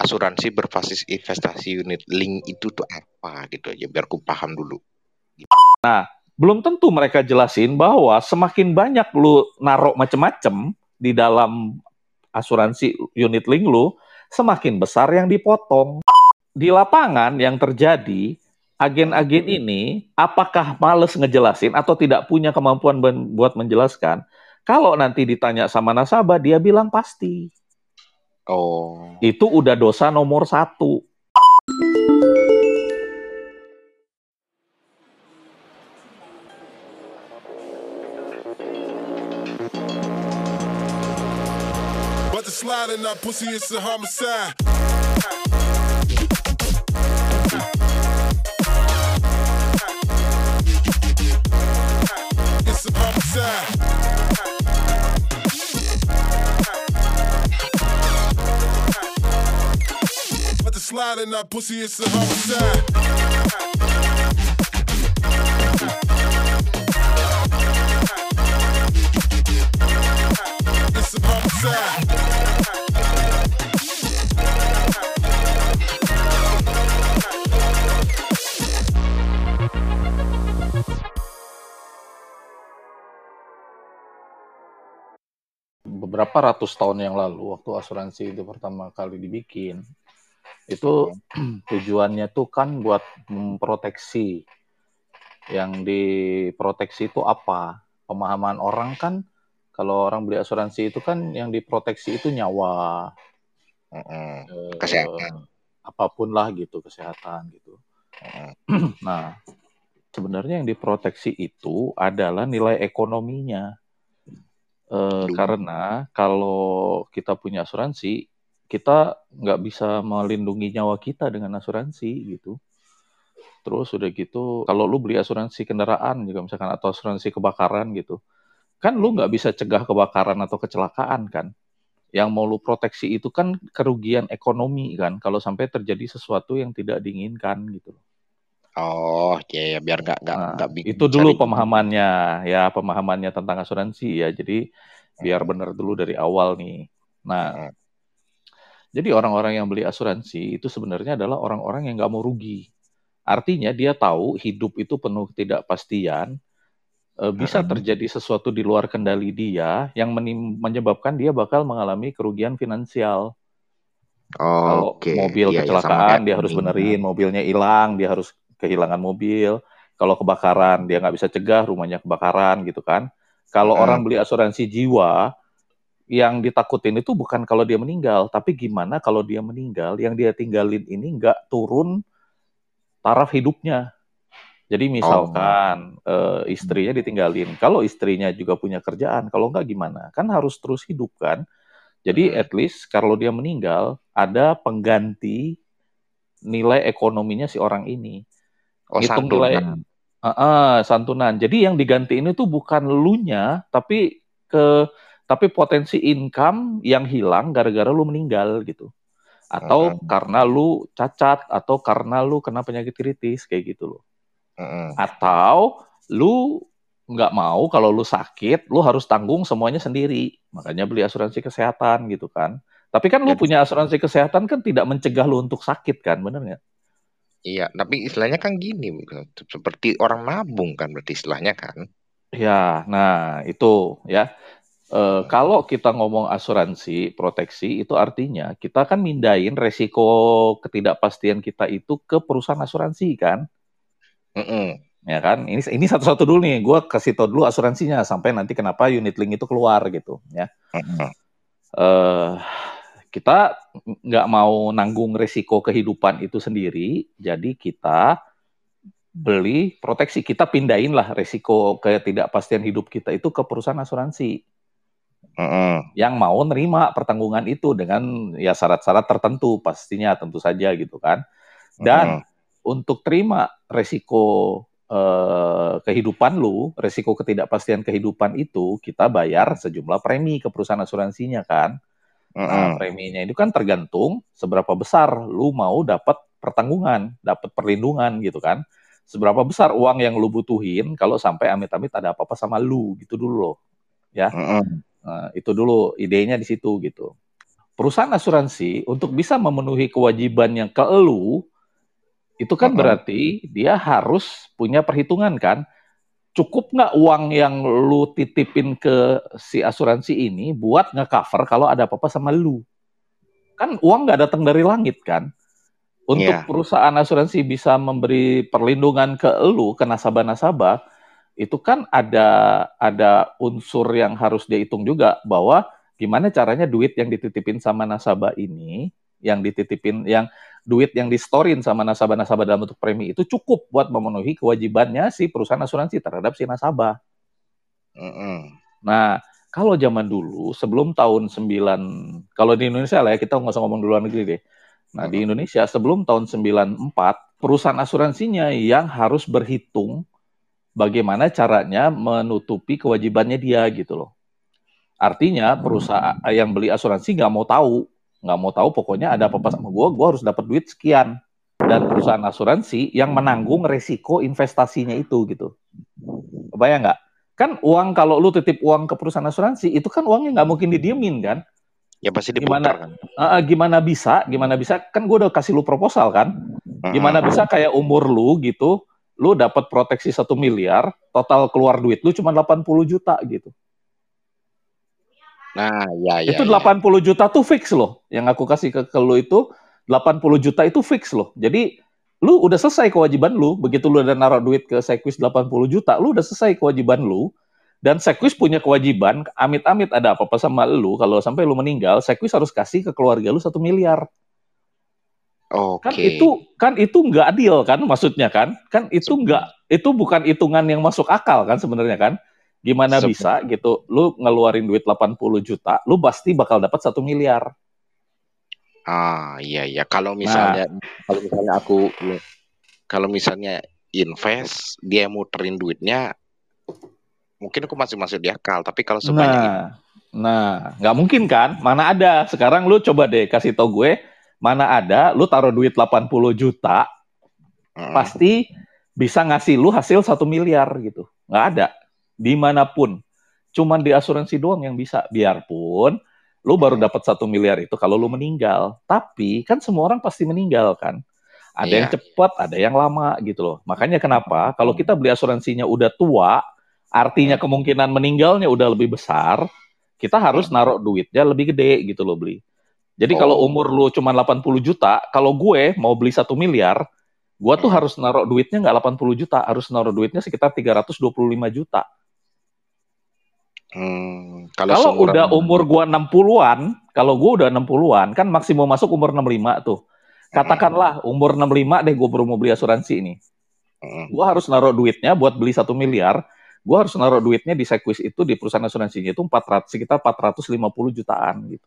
asuransi berbasis investasi unit link itu tuh apa gitu aja biar ku paham dulu. Nah, belum tentu mereka jelasin bahwa semakin banyak lu narok macem-macem di dalam asuransi unit link lu, semakin besar yang dipotong. Di lapangan yang terjadi, agen-agen ini apakah males ngejelasin atau tidak punya kemampuan buat menjelaskan? Kalau nanti ditanya sama nasabah, dia bilang pasti. Oh. Itu udah dosa nomor 1. But the slide in that pussy is a homicide. It's a homicide. But the slide in that pussy is a homicide. It's a homicide. Beberapa ratus tahun yang lalu, waktu asuransi itu pertama kali dibikin, itu tujuannya tuh kan buat memproteksi. Yang diproteksi itu apa? Pemahaman orang kan, kalau orang beli asuransi itu kan yang diproteksi itu nyawa, Kesehatan. apapun lah gitu, kesehatan gitu. Nah, sebenarnya yang diproteksi itu adalah nilai ekonominya. Karena kalau kita punya asuransi, kita nggak bisa melindungi nyawa kita dengan asuransi gitu. Terus udah gitu, kalau lu beli asuransi kendaraan juga misalkan atau asuransi kebakaran gitu, kan lu nggak bisa cegah kebakaran atau kecelakaan kan. Yang mau lu proteksi itu kan kerugian ekonomi kan, kalau sampai terjadi sesuatu yang tidak diinginkan gitu. Oh, ya biar nggak bingung. Itu dulu pemahamannya, ya pemahamannya tentang asuransi ya. Jadi biar benar dulu dari awal nih. Nah, jadi orang-orang yang beli asuransi itu sebenarnya adalah orang-orang yang nggak mau rugi. Artinya dia tahu hidup itu penuh ketidakpastian, bisa terjadi sesuatu di luar kendali dia yang menyebabkan dia bakal mengalami kerugian finansial. Kalau mobil kecelakaan, dia harus benerin, mobilnya hilang, dia harus kehilangan mobil. Kalau kebakaran, dia nggak bisa cegah, rumahnya kebakaran gitu kan. Kalau orang beli asuransi jiwa, yang ditakutin itu bukan kalau dia meninggal, tapi gimana kalau dia meninggal, yang dia tinggalin ini nggak turun taraf hidupnya. Jadi misalkan istrinya ditinggalin, kalau istrinya juga punya kerjaan, kalau nggak gimana? Kan harus terus hidup kan? Jadi at least kalau dia meninggal, ada pengganti nilai ekonominya si orang ini. Hitung santunan. Nilai santunan. Jadi yang diganti ini tuh bukan elunya, tapi potensi income yang hilang gara-gara lu meninggal gitu. Atau karena lu cacat, atau karena lu kena penyakit kritis, kayak gitu loh. Atau lu nggak mau kalau lu sakit, lu harus tanggung semuanya sendiri. Makanya beli asuransi kesehatan gitu kan. Tapi kan lu punya asuransi kesehatan kan tidak mencegah lu untuk sakit kan, bener nggak? Iya, tapi istilahnya kan gini, seperti orang nabung kan berarti istilahnya kan. Ya, nah itu ya. Kalau kita ngomong asuransi proteksi, itu artinya kita kan mindahin resiko ketidakpastian kita itu ke perusahaan asuransi kan. Ya kan, ini satu-satu dulu nih, gue kasih tau dulu asuransinya sampai nanti kenapa unit link itu keluar gitu ya. Kita nggak mau nanggung resiko kehidupan itu sendiri, jadi kita beli proteksi, kita pindahin lah resiko ketidakpastian hidup kita itu ke perusahaan asuransi yang mau nerima pertanggungan itu dengan ya syarat-syarat tertentu pastinya tentu saja gitu kan. Dan untuk terima resiko kehidupan lu, resiko ketidakpastian kehidupan itu, kita bayar sejumlah premi ke perusahaan asuransinya kan. Nah, preminya itu kan tergantung seberapa besar lu mau dapat pertanggungan, dapat perlindungan gitu kan. Seberapa besar uang yang lu butuhin kalau sampai amit-amit ada apa-apa sama lu gitu dulu loh. Ya. Nah, itu dulu idenya di situ gitu. perusahaan asuransi untuk bisa memenuhi kewajiban yang ke elu, itu kan berarti dia harus punya perhitungan kan, cukup nggak uang yang lu titipin ke si asuransi ini buat nge-cover kalau ada apa-apa sama lu. Kan uang nggak datang dari langit kan. Untuk perusahaan asuransi bisa memberi perlindungan ke elu, ke nasabah-nasabah, itu kan ada unsur yang harus dihitung juga, bahwa gimana caranya duit yang dititipin sama nasabah ini, yang duit yang distorin sama nasabah-nasabah dalam bentuk premi itu cukup buat memenuhi kewajibannya si perusahaan asuransi terhadap si nasabah. Nah, kalau zaman dulu, sebelum tahun 9, kalau di Indonesia lah ya, kita nggak usah ngomong di luar negeri deh. Nah, di Indonesia sebelum tahun 94, perusahaan asuransinya yang harus berhitung bagaimana caranya menutupi kewajibannya dia gitu loh. Artinya perusahaan yang beli asuransi nggak mau tahu pokoknya ada apa-apa sama gue harus dapat duit sekian. Dan perusahaan asuransi yang menanggung resiko investasinya itu gitu. Kebayang nggak? Kan uang, kalau lu titip uang ke perusahaan asuransi, itu kan uangnya nggak mungkin didiemin kan? Ya pasti diputar kan. Gimana bisa? Kan gue udah kasih lu proposal kan? Gimana bisa kayak umur lu gitu, lu dapat proteksi 1 miliar, total keluar duit lu cuma 80 juta gitu. Nah, itu 80 juta tuh fix loh. Yang aku kasih ke lu itu 80 juta itu fix loh. Jadi lu udah selesai kewajiban lu, begitu lu udah naruh duit ke Sequis 80 juta, lu udah selesai kewajiban lu. Dan Sequis punya kewajiban, amit-amit ada apa-apa sama lu, kalau sampai lu meninggal, Sequis harus kasih ke keluarga lu 1 miliar. Kan itu nggak adil kan, maksudnya kan? Kan itu bukan hitungan yang masuk akal kan sebenarnya kan? Gimana bisa gitu, lu ngeluarin duit 80 juta, lu pasti bakal dapat 1 miliar. Iya. Kalau misalnya invest, dia muterin duitnya, mungkin aku masih masuk di akal, tapi kalau sebanyak itu. Nah, nggak mungkin kan? Mana ada? Sekarang lu coba deh kasih tau gue, mana ada lu taruh duit 80 juta, pasti bisa ngasih lu hasil 1 miliar gitu. Nggak ada. Dimanapun. Cuman di asuransi doang yang bisa. Biarpun lu baru dapat 1 miliar itu kalau lu meninggal. Tapi kan semua orang pasti meninggal kan? Ada yang cepat, ada yang lama gitu loh. Makanya kenapa kalau kita beli asuransinya udah tua, artinya kemungkinan meninggalnya udah lebih besar, kita harus naruh duitnya lebih gede gitu loh beli. Jadi kalau umur lu cuma 80 juta, kalau gue mau beli 1 miliar, gue tuh harus naruh duitnya nggak 80 juta, harus naruh duitnya sekitar 325 juta. Kalau udah umur gue 60-an, kan maksimum masuk umur 65 tuh. Katakanlah umur 65 deh gue baru mau beli asuransi ini. Gue harus naruh duitnya buat beli 1 miliar, gue harus naruh duitnya di Sequis itu, di perusahaan asuransinya itu sekitar 450 jutaan gitu.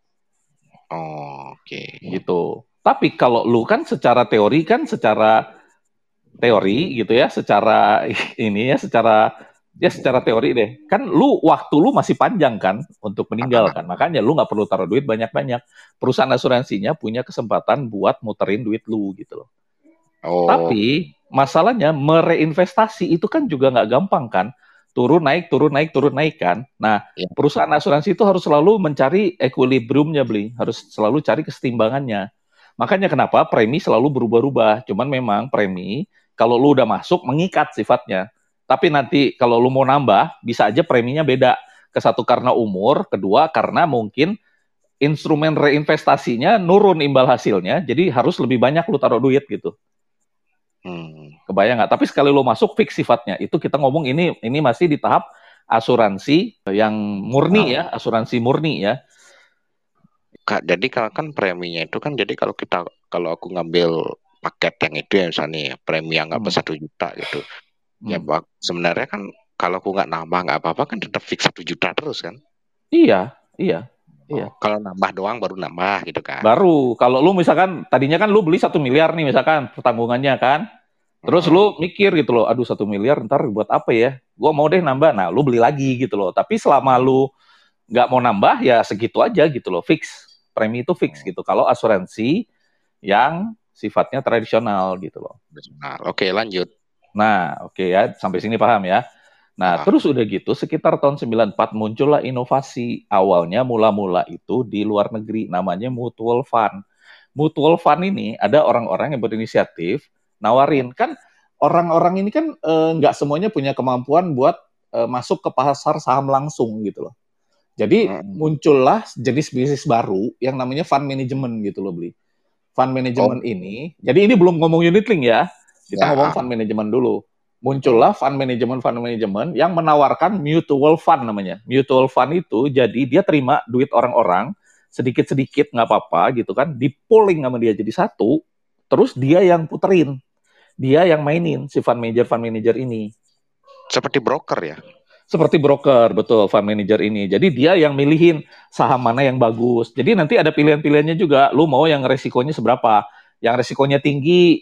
Gitu. Tapi kalau lu kan secara teori gitu ya, secara teori deh. Kan waktu lu masih panjang kan untuk meninggal kan. Makanya lu nggak perlu taruh duit banyak-banyak. Perusahaan asuransinya punya kesempatan buat muterin duit lu gitu loh. Tapi masalahnya mereinvestasi itu kan juga nggak gampang kan. Turun naik kan. Nah, perusahaan asuransi itu harus selalu mencari equilibriumnya beli. Harus selalu cari kesetimbangannya. Makanya kenapa premi selalu berubah-ubah. Cuman memang premi kalau lu udah masuk mengikat sifatnya. Tapi nanti kalau lu mau nambah, bisa aja preminya beda. Satu karena umur, kedua karena mungkin instrumen reinvestasinya nurun imbal hasilnya, jadi harus lebih banyak lu taruh duit gitu. Kebayang nggak? Tapi sekali lu masuk fix sifatnya. Itu kita ngomong ini masih di tahap asuransi yang murni ya, asuransi murni ya. Jadi kalau kan preminya itu kan, jadi kalau aku ngambil paket yang itu ya, misalnya premi yang nggak 1 juta gitu. Ya sebenarnya kan kalau aku nggak nambah nggak apa-apa kan, tetap fix 1 juta terus kan? Iya. Kalau nambah doang baru nambah gitu kan? Baru kalau lu misalkan tadinya kan lu beli 1 miliar nih misalkan pertanggungannya kan, terus lu mikir gitu loh, aduh 1 miliar ntar buat apa ya? Gua mau deh nambah. Nah lu beli lagi gitu loh. Tapi selama lu nggak mau nambah ya segitu aja gitu loh, fix. Premi itu fix gitu. Kalau asuransi yang sifatnya tradisional gitu loh. Oke, lanjut. Nah, oke ya, sampai sini paham ya. Nah, terus udah gitu sekitar tahun 94 muncullah inovasi. Awalnya mula-mula itu di luar negeri, namanya mutual fund. Mutual fund ini ada orang-orang yang berinisiatif nawarin, kan orang-orang ini kan nggak semuanya punya kemampuan buat masuk ke pasar saham langsung gitu loh. Jadi muncullah jenis bisnis baru yang namanya fund management gitu loh, Bli. Fund management ini, jadi ini belum ngomong unit link ya, kita ngomong fund management dulu. Muncullah fund management yang menawarkan mutual fund namanya. Mutual fund itu jadi dia terima duit orang-orang sedikit-sedikit nggak apa-apa gitu kan, di-pooling sama dia jadi satu, terus dia yang puterin, dia yang mainin si fund manager ini. Seperti broker ya? Seperti broker, betul, fund manager ini. Jadi dia yang milihin saham mana yang bagus. Jadi nanti ada pilihan-pilihannya juga. Lu mau yang resikonya seberapa? Yang resikonya tinggi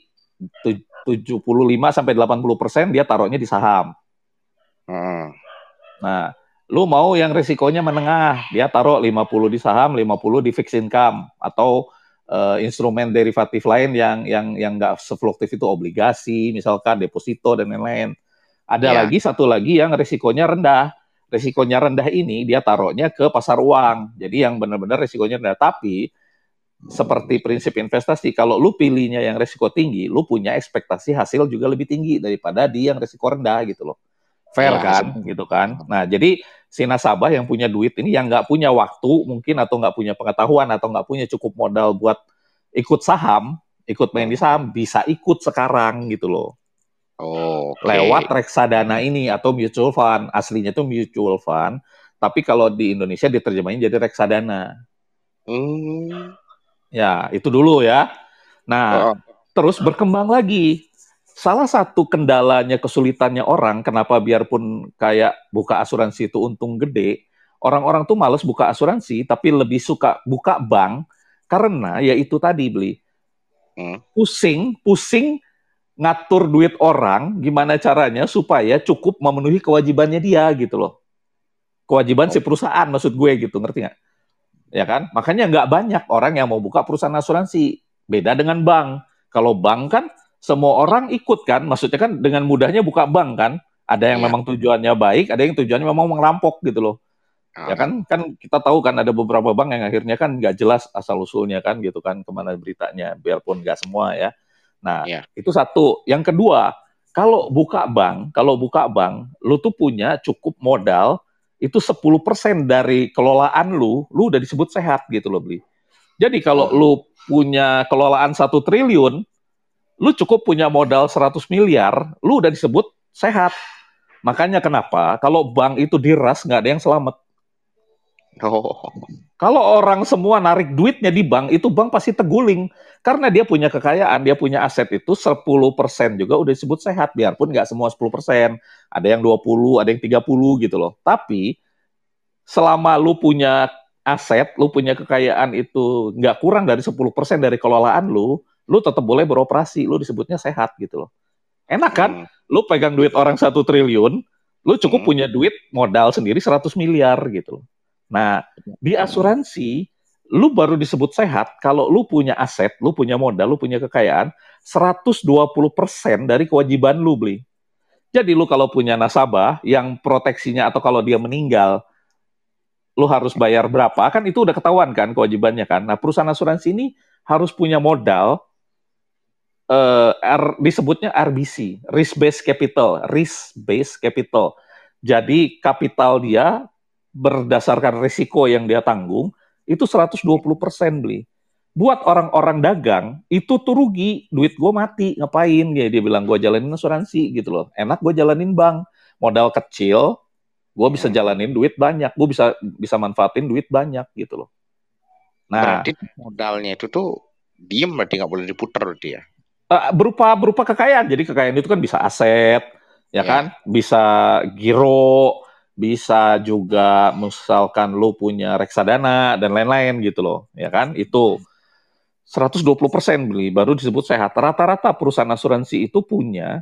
75-80% dia taruhnya di saham. Nah, lu mau yang resikonya menengah, dia taruh 50 di saham, 50 di fixed income atau instrumen derivatif lain yang nggak sefluktuatif itu obligasi, misalkan deposito dan lain-lain. Ada lagi satu lagi yang resikonya rendah. Resikonya rendah ini dia taruhnya ke pasar uang. Jadi yang benar-benar resikonya rendah. Tapi seperti prinsip investasi, kalau lu pilihnya yang resiko tinggi, lu punya ekspektasi hasil juga lebih tinggi daripada di yang resiko rendah gitu loh. Fair kan, gitu kan. Nah, jadi si nasabah yang punya duit ini yang nggak punya waktu mungkin atau nggak punya pengetahuan atau nggak punya cukup modal buat ikut saham, ikut main di saham, bisa ikut sekarang gitu loh. Lewat reksadana ini atau mutual fund. Aslinya itu mutual fund, tapi kalau di Indonesia diterjemahin jadi reksadana. Ya, itu dulu ya. Nah, terus berkembang lagi. Salah satu kendalanya, kesulitannya orang, kenapa biarpun kayak buka asuransi itu untung gede, orang-orang tuh males buka asuransi, tapi lebih suka buka bank, karena ya itu tadi, Bli. Pusing ngatur duit orang, gimana caranya supaya cukup memenuhi kewajibannya dia gitu loh. Kewajiban si perusahaan maksud gue gitu, ngerti nggak? Ya kan? Makanya nggak banyak orang yang mau buka perusahaan asuransi. Beda dengan bank. Kalau bank kan semua orang ikut kan, maksudnya kan dengan mudahnya buka bank kan. Ada yang memang tujuannya baik, ada yang tujuannya memang merampok gitu loh. Ya kan kita tahu kan ada beberapa bank yang akhirnya kan nggak jelas asal usulnya kan gitu kan, kemana beritanya, biarpun nggak semua ya. Nah, itu satu. Yang kedua, kalau buka bank, lu tuh punya cukup modal, itu 10% dari kelolaan lu udah disebut sehat gitu loh, Bli. Jadi kalau lu punya kelolaan 1 triliun, lu cukup punya modal 100 miliar, lu udah disebut sehat. Makanya kenapa kalau bank itu diras, nggak ada yang selamat. Kalau orang semua narik duitnya di bank, itu bank pasti terguling. Karena dia punya kekayaan, dia punya aset itu 10% juga udah disebut sehat. Biarpun nggak semua 10%. Ada yang 20, ada yang 30 gitu loh. Tapi selama lu punya aset, lu punya kekayaan itu nggak kurang dari 10% dari kelolaan lu tetap boleh beroperasi. Lu disebutnya sehat gitu loh. Enak kan? Lu pegang duit orang 1 triliun, lu cukup punya duit modal sendiri 100 miliar gitu loh. Nah, di asuransi, lu baru disebut sehat kalau lu punya aset, lu punya modal, lu punya kekayaan 120% dari kewajiban lu, Bli. Jadi lu kalau punya nasabah yang proteksinya atau kalau dia meninggal, lu harus bayar berapa, kan itu udah ketahuan kan kewajibannya kan. Nah, perusahaan asuransi ini harus punya modal, disebutnya RBC, risk-based capital. Jadi kapital dia berdasarkan risiko yang dia tanggung, itu 120%, Bli. Buat orang-orang dagang, itu tuh rugi. Duit gue mati, ngapain? Dia bilang, gue jalanin asuransi gitu loh. Enak gue jalanin bank. Modal kecil, gue bisa jalanin duit banyak. Gue bisa manfaatin duit banyak gitu loh. Nah, berarti modalnya itu tuh diem, berarti nggak boleh diputar dia. Berupa kekayaan. Jadi kekayaan itu kan bisa aset, ya kan? Bisa giro, bisa juga misalkan lu punya reksadana dan lain-lain gitu loh, ya kan? Itu 120% Beli, baru disebut sehat. Rata-rata perusahaan asuransi itu punya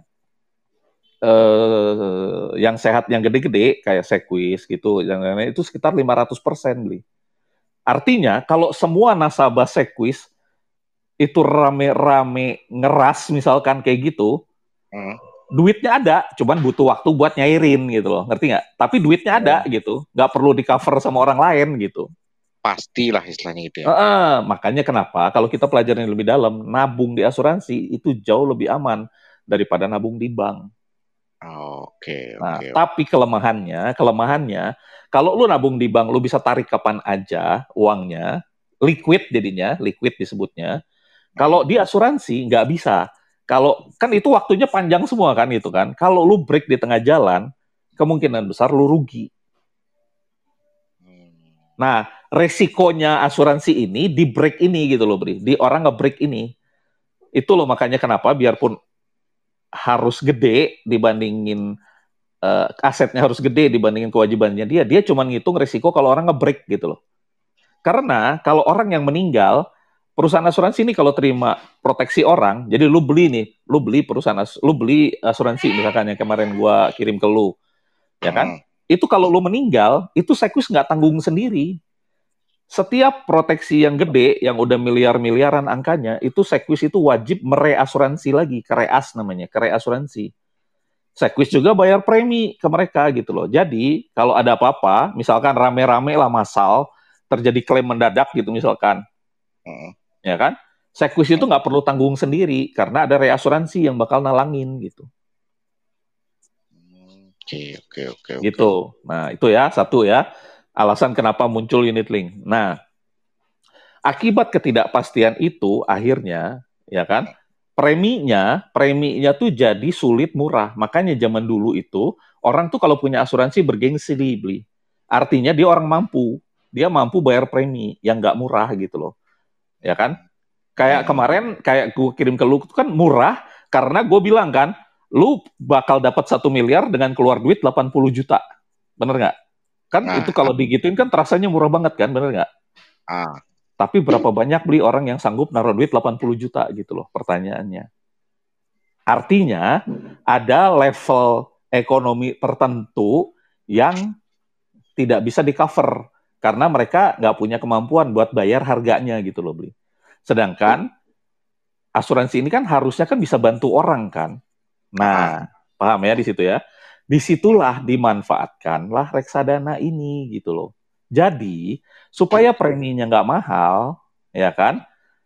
yang sehat yang gede-gede kayak Sequis gitu, yang lain-lain itu sekitar 500% Beli. Artinya kalau semua nasabah Sequis itu rame-rame ngeras misalkan kayak gitu, duitnya ada, cuman butuh waktu buat nyairin gitu loh, ngerti nggak? Tapi duitnya ada gitu, nggak perlu di cover sama orang lain gitu. Pastilah istilahnya itu ya. Makanya kenapa kalau kita pelajarin lebih dalam, nabung di asuransi itu jauh lebih aman daripada nabung di bank. Oke. Tapi kelemahannya, kalau lu nabung di bank, lu bisa tarik kapan aja uangnya, liquid jadinya, liquid disebutnya. Kalau di asuransi nggak bisa. Kalau kan itu waktunya panjang semua kan itu kan. Kalau lu break di tengah jalan, kemungkinan besar lu rugi. Nah, resikonya asuransi ini di break ini gitu loh, Bri. Di orang nge-break ini. Itu loh makanya kenapa biarpun harus gede dibandingin asetnya harus gede dibandingin kewajibannya dia cuma ngitung resiko kalau orang nge-break gitu loh. Karena kalau orang yang meninggal, perusahaan asuransi ini kalau terima proteksi orang, jadi lu beli asuransi misalkan yang kemarin gua kirim ke lu, ya kan? Itu kalau lu meninggal, itu Sekwis nggak tanggung sendiri. Setiap proteksi yang gede, yang udah miliar-miliaran angkanya, itu Sekwis itu wajib mereasuransi lagi, kereas namanya, kereasuransi. Sekwis juga bayar premi ke mereka gitu loh. Jadi kalau ada apa-apa, misalkan rame-rame lah massal, terjadi klaim mendadak gitu misalkan, ya kan? Sekwis itu nggak perlu tanggung sendiri karena ada reasuransi yang bakal nalangin gitu. Oke. Gitu. Nah itu ya satu ya alasan kenapa muncul unit link. Nah akibat ketidakpastian itu akhirnya ya kan preminya tuh jadi sulit murah. Makanya zaman dulu itu orang tuh kalau punya asuransi bergengsi dibeli. Artinya dia orang mampu, dia mampu bayar premi yang nggak murah gitu loh, ya kan? Kayak kemarin, kayak gue kirim ke lu itu kan murah karena gue bilang kan, lu bakal dapat 1 miliar dengan keluar duit 80 juta, bener nggak? Kan itu kalau digituin kan terasanya murah banget kan, bener nggak? Tapi berapa banyak beli orang yang sanggup naruh duit 80 juta gitu loh pertanyaannya. Artinya ada level ekonomi tertentu yang tidak bisa di cover karena mereka nggak punya kemampuan buat bayar harganya gitu loh beli. Sedangkan asuransi ini kan harusnya kan bisa bantu orang kan. Nah, paham ya di situ ya. Disitulah dimanfaatkanlah reksadana ini gitu loh. Jadi supaya preminya nggak mahal, ya kan?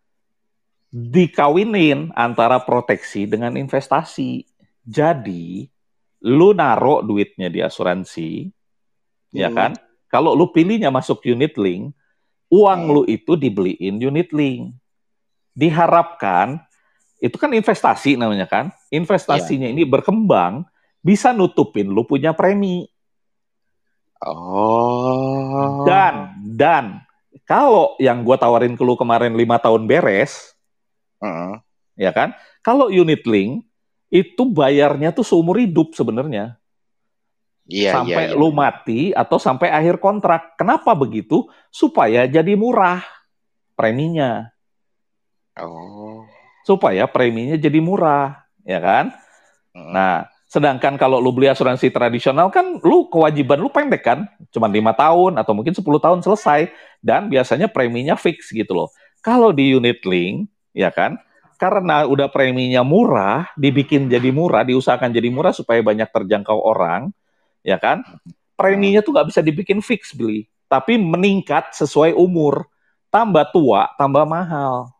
Dikawinin antara proteksi dengan investasi. Jadi lu naruh duitnya di asuransi, ya kan? Kalau lu pilihnya masuk unit link, uang lu itu dibeliin unit link. Diharapkan, itu kan investasi namanya kan, investasinya ini berkembang, bisa nutupin lu punya premi. Dan kalau yang gue tawarin ke lu kemarin 5 tahun beres, ya kan, kalau unit link, itu bayarnya tuh seumur hidup sebenarnya. Sampai lu mati atau sampai akhir kontrak. Kenapa begitu? Supaya jadi murah preminya. Supaya preminya jadi murah, ya kan? Nah, sedangkan kalau lu beli asuransi tradisional kan lu kewajiban lu pendek kan? Cuma 5 tahun atau mungkin 10 tahun selesai dan biasanya preminya fix gitu loh. Kalau di unit link, ya kan? Karena udah preminya murah, dibikin jadi murah, diusahakan jadi murah supaya banyak terjangkau orang, ya kan? Preminya tuh nggak bisa dibikin fix beli, tapi meningkat sesuai umur. Tambah tua, tambah mahal.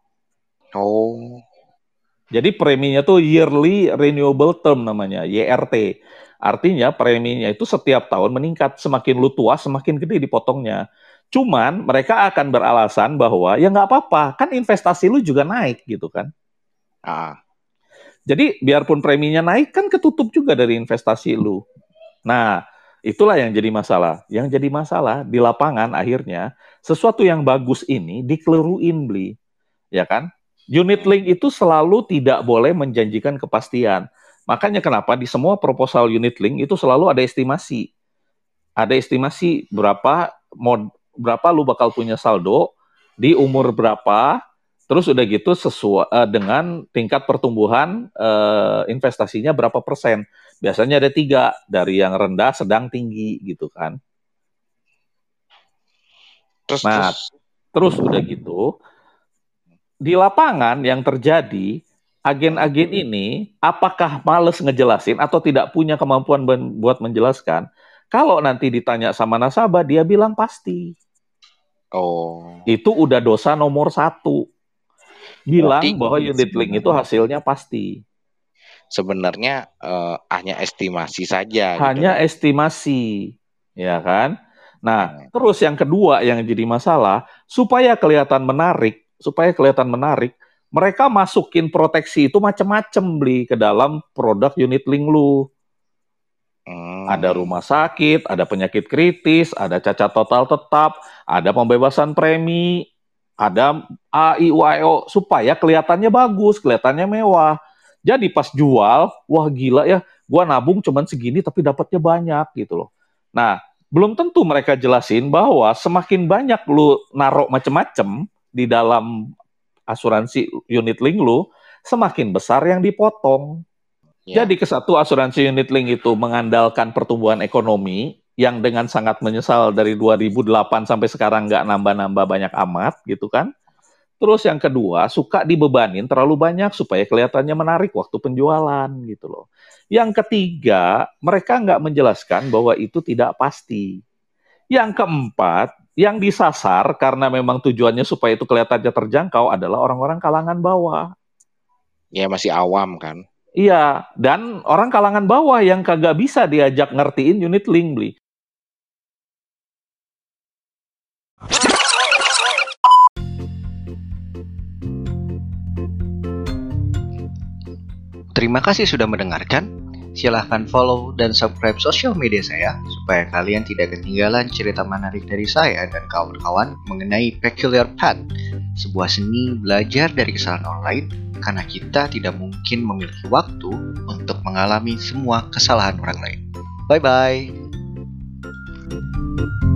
Jadi preminya tuh yearly renewable term namanya, YRT. Artinya preminya itu setiap tahun meningkat. Semakin lu tua, semakin gede dipotongnya. Cuman mereka akan beralasan bahwa ya nggak apa-apa, kan investasi lu juga naik gitu kan. Jadi biarpun preminya naik, kan ketutup juga dari investasi lu. Nah, itulah yang jadi masalah. Yang jadi masalah di lapangan akhirnya, sesuatu yang bagus ini dikeliruin beli. Ya kan? Unit link itu selalu tidak boleh menjanjikan kepastian. Makanya kenapa di semua proposal unit link itu selalu ada estimasi. Ada estimasi berapa lu bakal punya saldo di umur berapa, terus udah gitu sesuai dengan tingkat pertumbuhan investasinya berapa persen. Biasanya ada 3, dari yang rendah, sedang, tinggi gitu kan. Terus udah gitu, di lapangan yang terjadi, agen-agen ini apakah males ngejelasin atau tidak punya kemampuan buat menjelaskan? Kalau nanti ditanya sama nasabah, dia bilang pasti. Oh. Itu udah dosa nomor 1. Bilang Berarti bahwa unit link itu hasilnya pasti. Sebenarnya hanya estimasi saja. Hanya gitu, estimasi, ya kan? Nah, terus yang kedua yang jadi masalah, supaya kelihatan menarik, mereka masukin proteksi itu macam-macam beli ke dalam produk unit link lu. Ada rumah sakit, ada penyakit kritis, ada cacat total tetap, ada pembebasan premi, ada AIUAO, supaya kelihatannya bagus, kelihatannya mewah. Jadi pas jual, wah gila ya, gua nabung cuman segini tapi dapatnya banyak gitu loh. Nah, belum tentu mereka jelasin bahwa semakin banyak lu naruh macam-macam di dalam asuransi unit link lu, semakin besar yang dipotong. Ya. Jadi kesatu asuransi unit link itu mengandalkan pertumbuhan ekonomi yang dengan sangat menyesal dari 2008 sampai sekarang nggak nambah-nambah banyak amat gitu kan. Terus yang kedua, suka dibebanin terlalu banyak supaya kelihatannya menarik waktu penjualan gitu loh. Yang ketiga, mereka nggak menjelaskan bahwa itu tidak pasti. Yang keempat, yang disasar karena memang tujuannya supaya itu kelihatannya terjangkau adalah orang-orang kalangan bawah. Ya masih awam kan. Iya, dan orang kalangan bawah yang kagak bisa diajak ngertiin unit link beli. Terima kasih sudah mendengarkan. Silahkan follow dan subscribe sosial media saya supaya kalian tidak ketinggalan cerita menarik dari saya dan kawan-kawan mengenai Peculiar Path, sebuah seni belajar dari kesalahan online karena kita tidak mungkin memiliki waktu untuk mengalami semua kesalahan orang lain. Bye-bye.